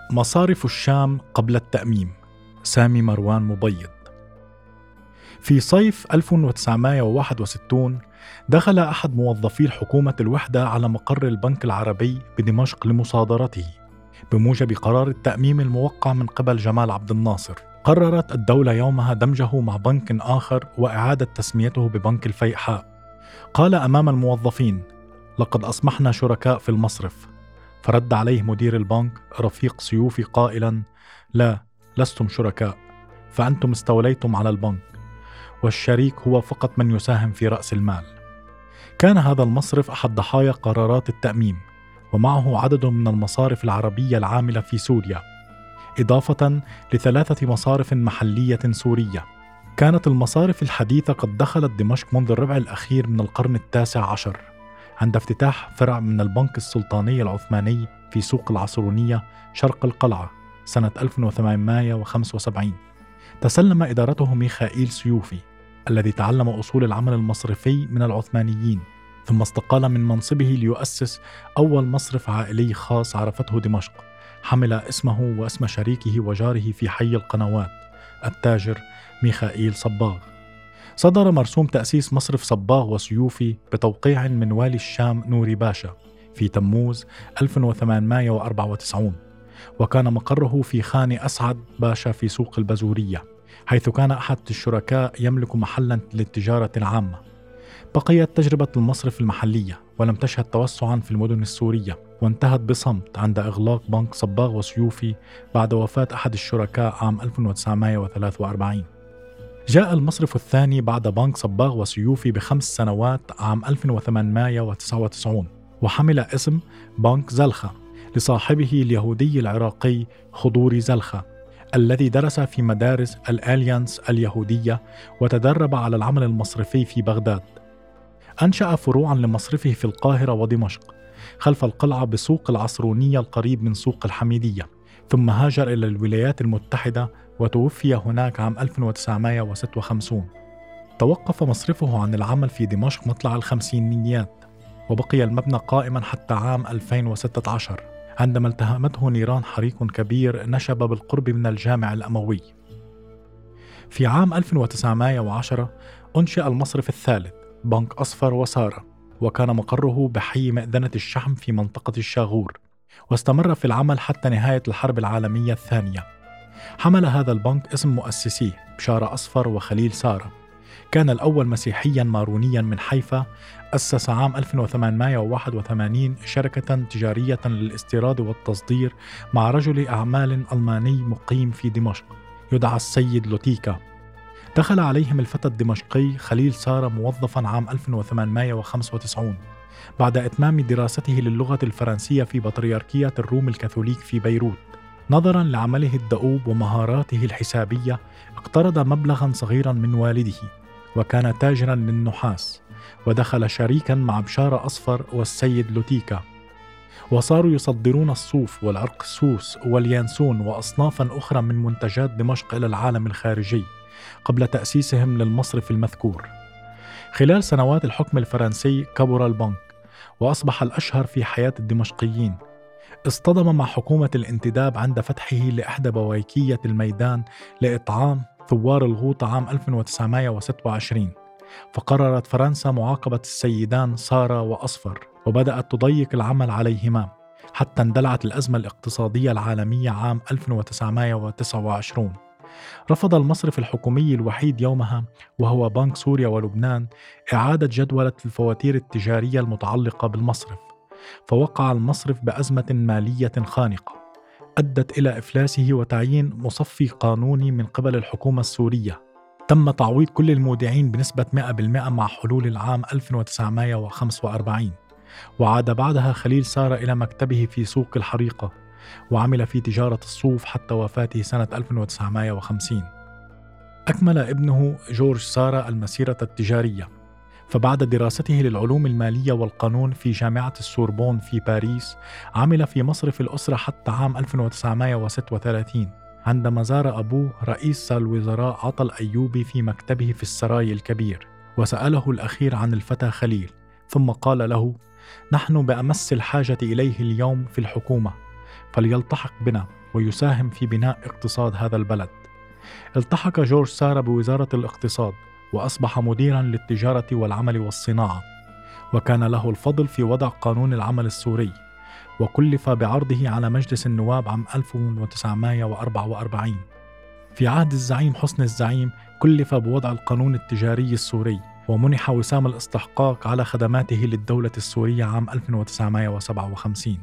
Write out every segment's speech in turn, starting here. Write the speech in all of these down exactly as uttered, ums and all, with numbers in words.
مصارف الشام قبل التأميم. سامي مروان مبيض. في صيف ألف وتسعمائة وواحد وستين دخل أحد موظفي الحكومة الوحدة على مقر البنك العربي بدمشق لمصادرته. بموجب قرار التأميم الموقع من قبل جمال عبد الناصر، قررت الدولة يومها دمجه مع بنك آخر وإعادة تسميته ببنك الفيحاء. قال أمام الموظفين: لقد أصبحنا شركاء في المصرف. فرد عليه مدير البنك رفيق سيوفي قائلا: لا، لستم شركاء، فأنتم استوليتم على البنك، والشريك هو فقط من يساهم في رأس المال. كان هذا المصرف أحد ضحايا قرارات التأميم، ومعه عدد من المصارف العربية العاملة في سوريا، إضافة لثلاثة مصارف محلية سورية. كانت المصارف الحديثة قد دخلت دمشق منذ الربع الأخير من القرن التاسع عشر، عند افتتاح فرع من البنك السلطاني العثماني في سوق العصرونية شرق القلعة سنة ألف وثمانمائة وخمسة وسبعين. تسلم إدارته ميخائيل سيوفي الذي تعلم أصول العمل المصرفي من العثمانيين، ثم استقال من منصبه ليؤسس أول مصرف عائلي خاص عرفته دمشق، حمل اسمه واسم شريكه وجاره في حي القنوات التاجر ميخائيل صباغ. صدر مرسوم تأسيس مصرف صباغ وسيوفي بتوقيع من والي الشام نوري باشا في تموز ألف وثمانمائة وأربعة وتسعين، وكان مقره في خان أسعد باشا في سوق البزورية، حيث كان أحد الشركاء يملك محلا للتجارة العامة. بقيت تجربة المصرف المحلية ولم تشهد توسعا في المدن السورية، وانتهت بصمت عند إغلاق بنك صباغ وسيوفي بعد وفاة أحد الشركاء عام ألف وتسعمائة وثلاثة وأربعين. جاء المصرف الثاني بعد بنك صباغ وسيوفي بخمس سنوات عام ألف وثمانمائة وتسعة وتسعين، وحمل اسم بنك زلخة لصاحبه اليهودي العراقي خضوري زلخة، الذي درس في مدارس الأليانس اليهودية وتدرب على العمل المصرفي في بغداد. أنشأ فروعا لمصرفه في القاهرة ودمشق خلف القلعة بسوق العصرونية القريب من سوق الحميدية، ثم هاجر إلى الولايات المتحدة وتوفي هناك عام ألف وتسعمائة وستة وخمسين. توقف مصرفه عن العمل في دمشق مطلع الخمسينيات، وبقي المبنى قائما حتى عام ألفين وستة عشر عندما التهمته نيران حريق كبير نشب بالقرب من الجامع الأموي. في عام ألف وتسعمائة وعشرة أنشئ المصرف الثالث بنك أصفر وسارة، وكان مقره بحي مئذنة الشحم في منطقة الشاغور، واستمر في العمل حتى نهاية الحرب العالمية الثانية. حمل هذا البنك اسم مؤسسيه بشارة أصفر وخليل سارة. كان الأول مسيحيا مارونيا من حيفا، أسس عام ألف وثمانمائة وواحد وثمانين شركة تجارية للاستيراد والتصدير مع رجل أعمال ألماني مقيم في دمشق يدعى السيد لوتيكا. دخل عليهم الفتى الدمشقي خليل سارة موظفا عام ألف وثمانمائة وخمسة وتسعين بعد إتمام دراسته للغة الفرنسية في بطريركية الروم الكاثوليك في بيروت. نظرا لعمله الدؤوب ومهاراته الحسابية اقترض مبلغا صغيرا من والده، وكان تاجرا للنحاس، ودخل شريكا مع بشارة أصفر والسيد لوتيكا، وصاروا يصدرون الصوف والعرقسوس واليانسون وأصنافا أخرى من منتجات دمشق إلى العالم الخارجي قبل تأسيسهم للمصرف المذكور. خلال سنوات الحكم الفرنسي كبر البنك وأصبح الأشهر في حياة الدمشقيين. اصطدم مع حكومة الانتداب عند فتحه لإحدى بويكية الميدان لإطعام ثوار الغوطة عام ألف وتسعمائة وستة وعشرين، فقررت فرنسا معاقبة السيدان سارة وأصفر، وبدأت تضيق العمل عليهما حتى اندلعت الأزمة الاقتصادية العالمية عام ألف وتسعمائة وتسعة وعشرين. رفض المصرف الحكومي الوحيد يومها وهو بنك سوريا ولبنان إعادة جدولة الفواتير التجارية المتعلقة بالمصرف، فوقع المصرف بأزمة مالية خانقة أدت إلى إفلاسه وتعيين مصفي قانوني من قبل الحكومة السورية. تم تعويض كل المودعين بنسبة مئة بالمئة مع حلول العام ألف وتسعمائة وخمسة وأربعين، وعاد بعدها خليل سارة إلى مكتبه في سوق الحريقة، وعمل في تجارة الصوف حتى وفاته سنة ألف وتسعمائة وخمسين. أكمل ابنه جورج سارة المسيرة التجارية، فبعد دراسته للعلوم المالية والقانون في جامعة السوربون في باريس عمل في مصرف الأسرة حتى عام ألف وتسعمائة وستة وثلاثين، عندما زار أبوه رئيس الوزراء عطا الأيوبي في مكتبه في السراي الكبير، وسأله الأخير عن الفتى خليل، ثم قال له: نحن بأمس الحاجة إليه اليوم في الحكومة، فليلتحق بنا ويساهم في بناء اقتصاد هذا البلد. التحق جورج سارة بوزارة الاقتصاد وأصبح مديراً للتجارة والعمل والصناعة، وكان له الفضل في وضع قانون العمل السوري، وكلف بعرضه على مجلس النواب عام ألف وتسعمائة وأربعة وأربعين. في عهد الزعيم حسني الزعيم كلف بوضع القانون التجاري السوري، ومنح وسام الاستحقاق على خدماته للدولة السورية عام ألف وتسعمائة وسبعة وخمسين.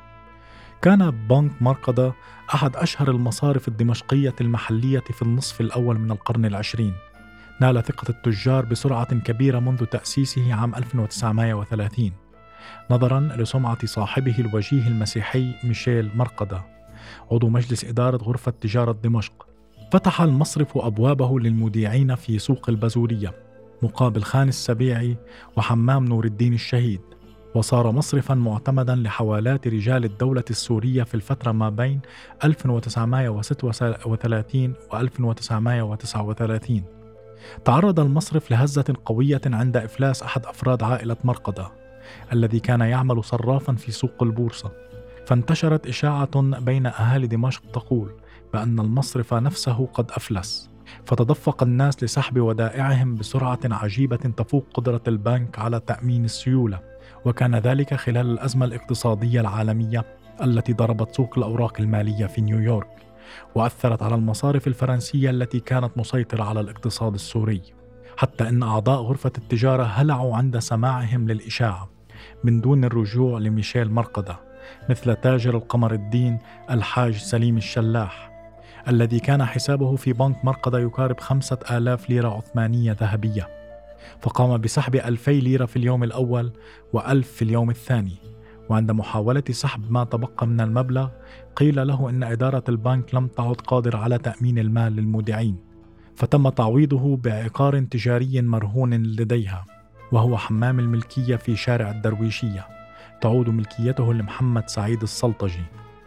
كان بنك مرقدة أحد أشهر المصارف الدمشقية المحلية في النصف الأول من القرن العشرين. نال ثقة التجار بسرعة كبيرة منذ تأسيسه عام ألف وتسعمائة وثلاثين، نظراً لسمعة صاحبه الوجيه المسيحي ميشيل مرقدة، عضو مجلس إدارة غرفة تجارة دمشق. فتح المصرف أبوابه للمودعين في سوق البازورية مقابل خان السبيعي وحمام نور الدين الشهيد، وصار مصرفاً معتمداً لحوالات رجال الدولة السورية في الفترة ما بين ألف وتسعمائة وستة وثلاثين و ألف وتسعمائة وتسعة وثلاثين. تعرض المصرف لهزة قوية عند إفلاس أحد أفراد عائلة مرقدة الذي كان يعمل صرافاً في سوق البورصة، فانتشرت إشاعة بين أهالي دمشق تقول بأن المصرف نفسه قد أفلس، فتدفق الناس لسحب ودائعهم بسرعة عجيبة تفوق قدرة البنك على تأمين السيولة. وكان ذلك خلال الأزمة الاقتصادية العالمية التي ضربت سوق الأوراق المالية في نيويورك، وأثرت على المصارف الفرنسية التي كانت مسيطرة على الاقتصاد السوري، حتى أن أعضاء غرفة التجارة هلعوا عند سماعهم للإشاعة من دون الرجوع لميشيل مرقدة، مثل تاجر القمر الدين الحاج سليم الشلاح الذي كان حسابه في بنك مرقدة يقارب خمسة آلاف ليرة عثمانية ذهبية، فقام بسحب ألفي ليرة في اليوم الأول وألف في اليوم الثاني. وعند محاولة سحب ما تبقى من المبلغ قيل له أن إدارة البنك لم تعد قادرة على تأمين المال للمودعين، فتم تعويضه بعقار تجاري مرهون لديها، وهو حمام الملكية في شارع الدرويشية تعود ملكيته لمحمد سعيد السلطجي.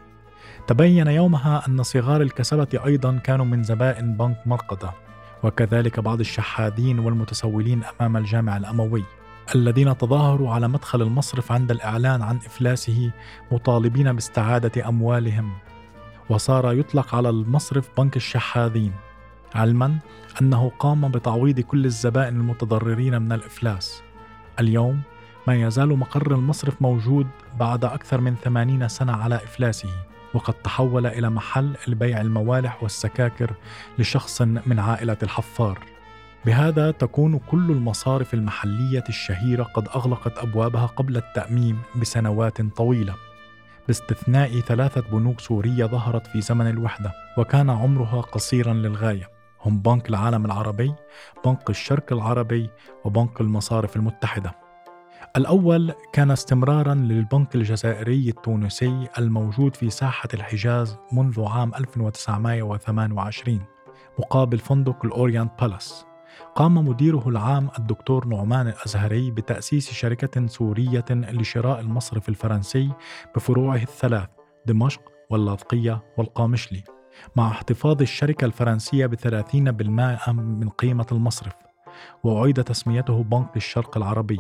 تبين يومها أن صغار الكسبة أيضا كانوا من زبائن بنك مرقدة، وكذلك بعض الشحاذين والمتسولين أمام الجامع الأموي الذين تظاهروا على مدخل المصرف عند الإعلان عن إفلاسه مطالبين باستعادة أموالهم، وصار يطلق على المصرف بنك الشحاذين، علما أنه قام بتعويض كل الزبائن المتضررين من الإفلاس. اليوم ما يزال مقر المصرف موجود بعد أكثر من ثمانين سنة على إفلاسه، وقد تحول إلى محل لبيع الموالح والسكاكر لشخص من عائلة الحفار. بهذا تكون كل المصارف المحلية الشهيرة قد أغلقت أبوابها قبل التأميم بسنوات طويلة، باستثناء ثلاثة بنوك سورية ظهرت في زمن الوحدة وكان عمرها قصيرا للغاية، هم بنك العالم العربي، بنك الشرق العربي، وبنك المصارف المتحدة. الأول كان استمراراً للبنك الجزائري التونسي الموجود في ساحة الحجاز منذ عام ألف وتسعمائة وثمانية وعشرين مقابل فندق الأورينت بالاس. قام مديره العام الدكتور نعمان الأزهري بتأسيس شركة سورية لشراء المصرف الفرنسي بفروعه الثلاث دمشق واللاذقية والقامشلي، مع احتفاظ الشركة الفرنسية بثلاثين بالمائة من قيمة المصرف، وأعيد تسميته بنك الشرق العربي.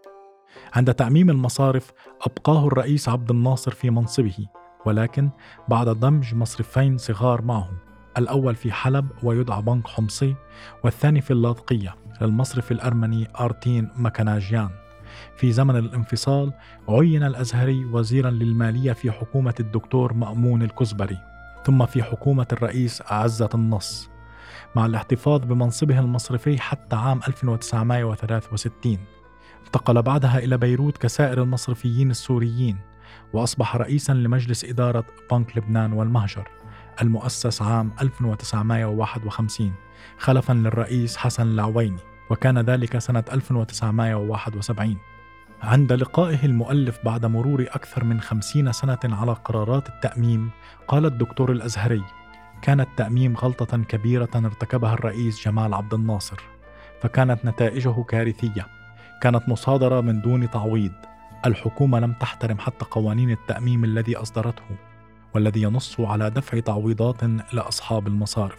عند تأميم المصارف أبقاه الرئيس عبد الناصر في منصبه، ولكن بعد دمج مصرفين صغار معه، الأول في حلب ويدعى بنك حمصي، والثاني في اللاذقية للمصرف الأرمني آرتين مكناجيان. في زمن الانفصال عين الأزهري وزيرا للمالية في حكومة الدكتور مأمون الكزبري، ثم في حكومة الرئيس عزة النص، مع الاحتفاظ بمنصبه المصرفي حتى عام ألف وتسعمائة وثلاثة وستين. انتقل بعدها إلى بيروت كسائر المصرفيين السوريين، وأصبح رئيسا لمجلس إدارة بنك لبنان والمهجر المؤسس عام ألف وتسعمائة وواحد وخمسين خلفا للرئيس حسن العويني، وكان ذلك سنة ألف وتسعمائة وواحد وسبعين. عند لقائه المؤلف بعد مرور أكثر من خمسين سنة على قرارات التأميم، قال الدكتور الأزهري: كان التأميم غلطة كبيرة ارتكبها الرئيس جمال عبد الناصر، فكانت نتائجه كارثية، كانت مصادرة من دون تعويض، الحكومة لم تحترم حتى قوانين التأميم الذي أصدرته والذي ينص على دفع تعويضات لأصحاب المصارف.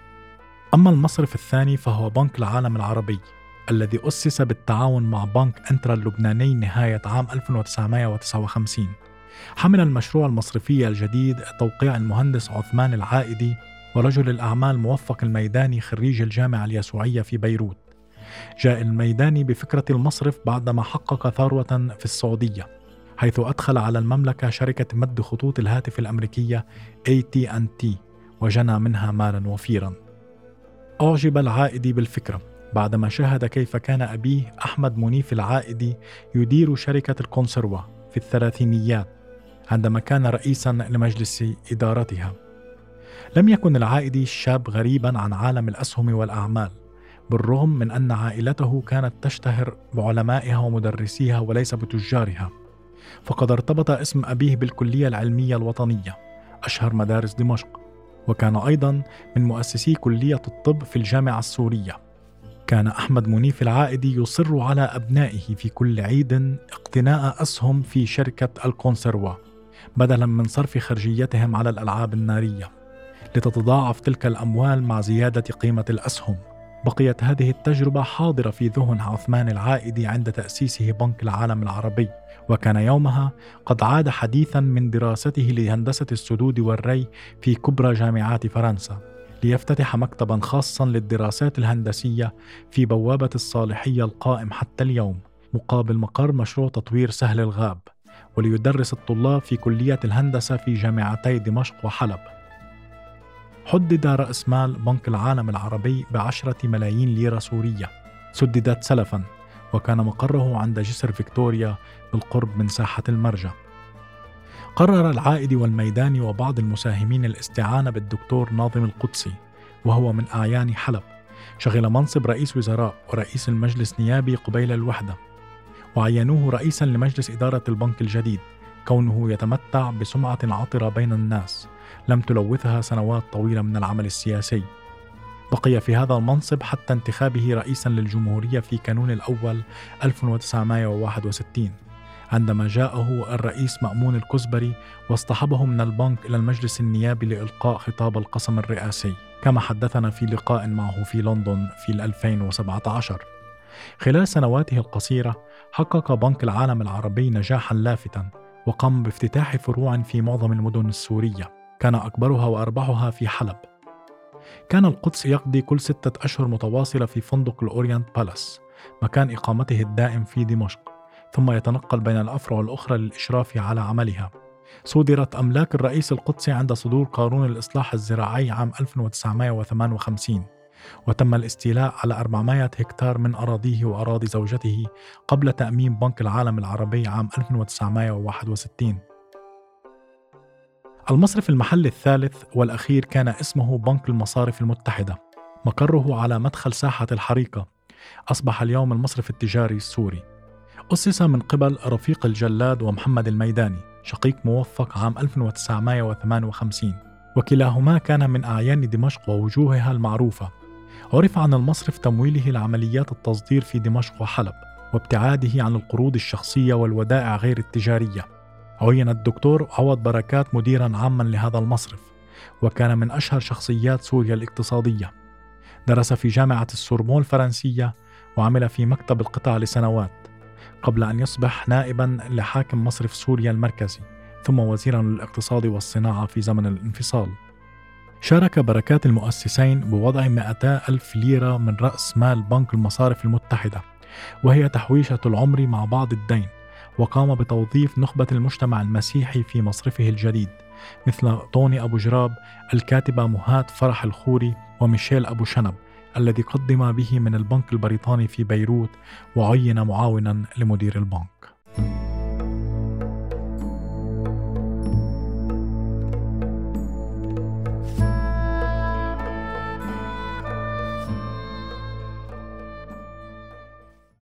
أما المصرف الثاني فهو بنك العالم العربي الذي أسس بالتعاون مع بنك أنترا اللبناني نهاية عام ألف وتسعمائة وتسعة وخمسين، حمل المشروع المصرفي الجديد توقيع المهندس عثمان العائدي ورجل الأعمال موفق الميداني خريج الجامعة اليسوعية في بيروت. جاء الميداني بفكرة المصرف بعدما حقق ثروة في السعودية، حيث أدخل على المملكة شركة مد خطوط الهاتف الأمريكية إيه تي أند تي وجنى منها مالا وفيرا. أعجب العائدي بالفكرة بعدما شاهد كيف كان أبيه أحمد منيف العائدي يدير شركة الكونسروا في الثلاثينيات عندما كان رئيسا لمجلس إدارتها. لم يكن العائدي شاب غريبا عن عالم الأسهم والأعمال، بالرغم من أن عائلته كانت تشتهر بعلمائها ومدرسيها وليس بتجارها، فقد ارتبط اسم أبيه بالكلية العلمية الوطنية أشهر مدارس دمشق، وكان أيضا من مؤسسي كلية الطب في الجامعة السورية. كان أحمد منيف العائدي يصر على أبنائه في كل عيد اقتناء أسهم في شركة الكونسروا بدلا من صرف خرجيتهم على الألعاب النارية، لتتضاعف تلك الأموال مع زيادة قيمة الأسهم. بقيت هذه التجربة حاضرة في ذهن عثمان العائدي عند تأسيسه بنك العالم العربي، وكان يومها قد عاد حديثا من دراسته لهندسة السدود والري في كبرى جامعات فرنسا، ليفتتح مكتبا خاصا للدراسات الهندسية في بوابة الصالحية القائم حتى اليوم مقابل مقر مشروع تطوير سهل الغاب، وليدرس الطلاب في كلية الهندسة في جامعتي دمشق وحلب. حدد رأس مال بنك العالم العربي بعشرة ملايين ليرة سورية سددت سلفا، وكان مقره عند جسر فيكتوريا بالقرب من ساحة المرجع. قرر العائدي والميداني وبعض المساهمين الاستعانة بالدكتور ناظم القدسي، وهو من أعيان حلب، شغل منصب رئيس وزراء ورئيس المجلس نيابي قبيل الوحدة، وعينوه رئيسا لمجلس إدارة البنك الجديد، كونه يتمتع بسمعة عطرة بين الناس لم تلوثها سنوات طويلة من العمل السياسي. بقي في هذا المنصب حتى انتخابه رئيسا للجمهورية في كانون الأول ألف وتسعمائة وواحد وستين، عندما جاءه الرئيس مأمون الكزبري واصطحبه من البنك إلى المجلس النيابي لإلقاء خطاب القسم الرئاسي، كما حدثنا في لقاء معه في لندن في ألفين وسبعة عشر. خلال سنواته القصيرة حقق بنك العالم العربي نجاحا لافتا، وقام بافتتاح فروع في معظم المدن السورية، كان أكبرها وأربحها في حلب. كان القدس يقضي كل ستة أشهر متواصلة في فندق الأورينت بالاس مكان إقامته الدائم في دمشق، ثم يتنقل بين الأفرع الأخرى للإشراف على عملها. صدرت أملاك الرئيس القدسي عند صدور قانون الإصلاح الزراعي عام ألف وتسعمائة وثمانية وخمسين، وتم الاستيلاء على أربعمائة هكتار من أراضيه وأراضي زوجته قبل تأميم بنك العالم العربي عام ألف وتسعمائة وواحد وستين. المصرف المحلي الثالث والأخير كان اسمه بنك المصارف المتحدة، مقره على مدخل ساحة الحريقة، أصبح اليوم المصرف التجاري السوري. أسس من قبل رفيق الجلاد ومحمد الميداني شقيق موفق عام ألف وتسعمائة وثمانية وخمسين، وكلاهما كان من أعيان دمشق ووجوهها المعروفة. عرف عن المصرف تمويله لعمليات التصدير في دمشق وحلب، وابتعاده عن القروض الشخصية والودائع غير التجارية. عين الدكتور عوض بركات مديرا عاما لهذا المصرف، وكان من أشهر شخصيات سوريا الاقتصادية. درس في جامعة السوربون الفرنسية، وعمل في مكتب القطاع لسنوات قبل أن يصبح نائبا لحاكم مصرف سوريا المركزي، ثم وزيرا للاقتصاد والصناعة في زمن الانفصال. شارك بركات المؤسسين بوضع مئتي ألف ليرة من رأس مال بنك المصارف المتحدة، وهي تحويشة العمر مع بعض الدين، وقام بتوظيف نخبة المجتمع المسيحي في مصرفه الجديد، مثل طوني أبو جراب، الكاتبة مهات فرح الخوري، وميشيل أبو شنب الذي قدم به من البنك البريطاني في بيروت، وعين معاونا لمدير البنك.